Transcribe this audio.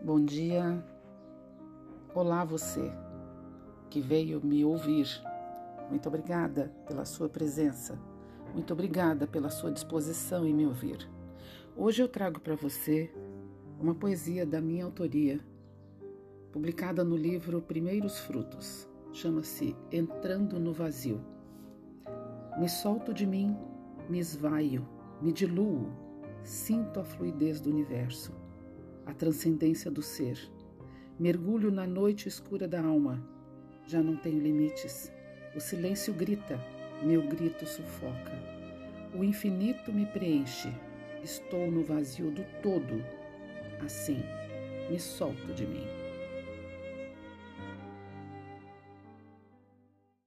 Bom dia. Olá você que veio me ouvir. Muito obrigada pela sua presença. Muito obrigada pela sua disposição em me ouvir. Hoje eu trago para você uma poesia da minha autoria, publicada no livro Primeiros Frutos. Chama-se Entrando no Vazio. Me solto de mim, me esvaio, me diluo, sinto a fluidez do universo, a transcendência do ser. Mergulho na noite escura da alma. Já não tenho limites. O silêncio grita, meu grito sufoca. O infinito me preenche. Estou no vazio do todo. Assim, me solto de mim.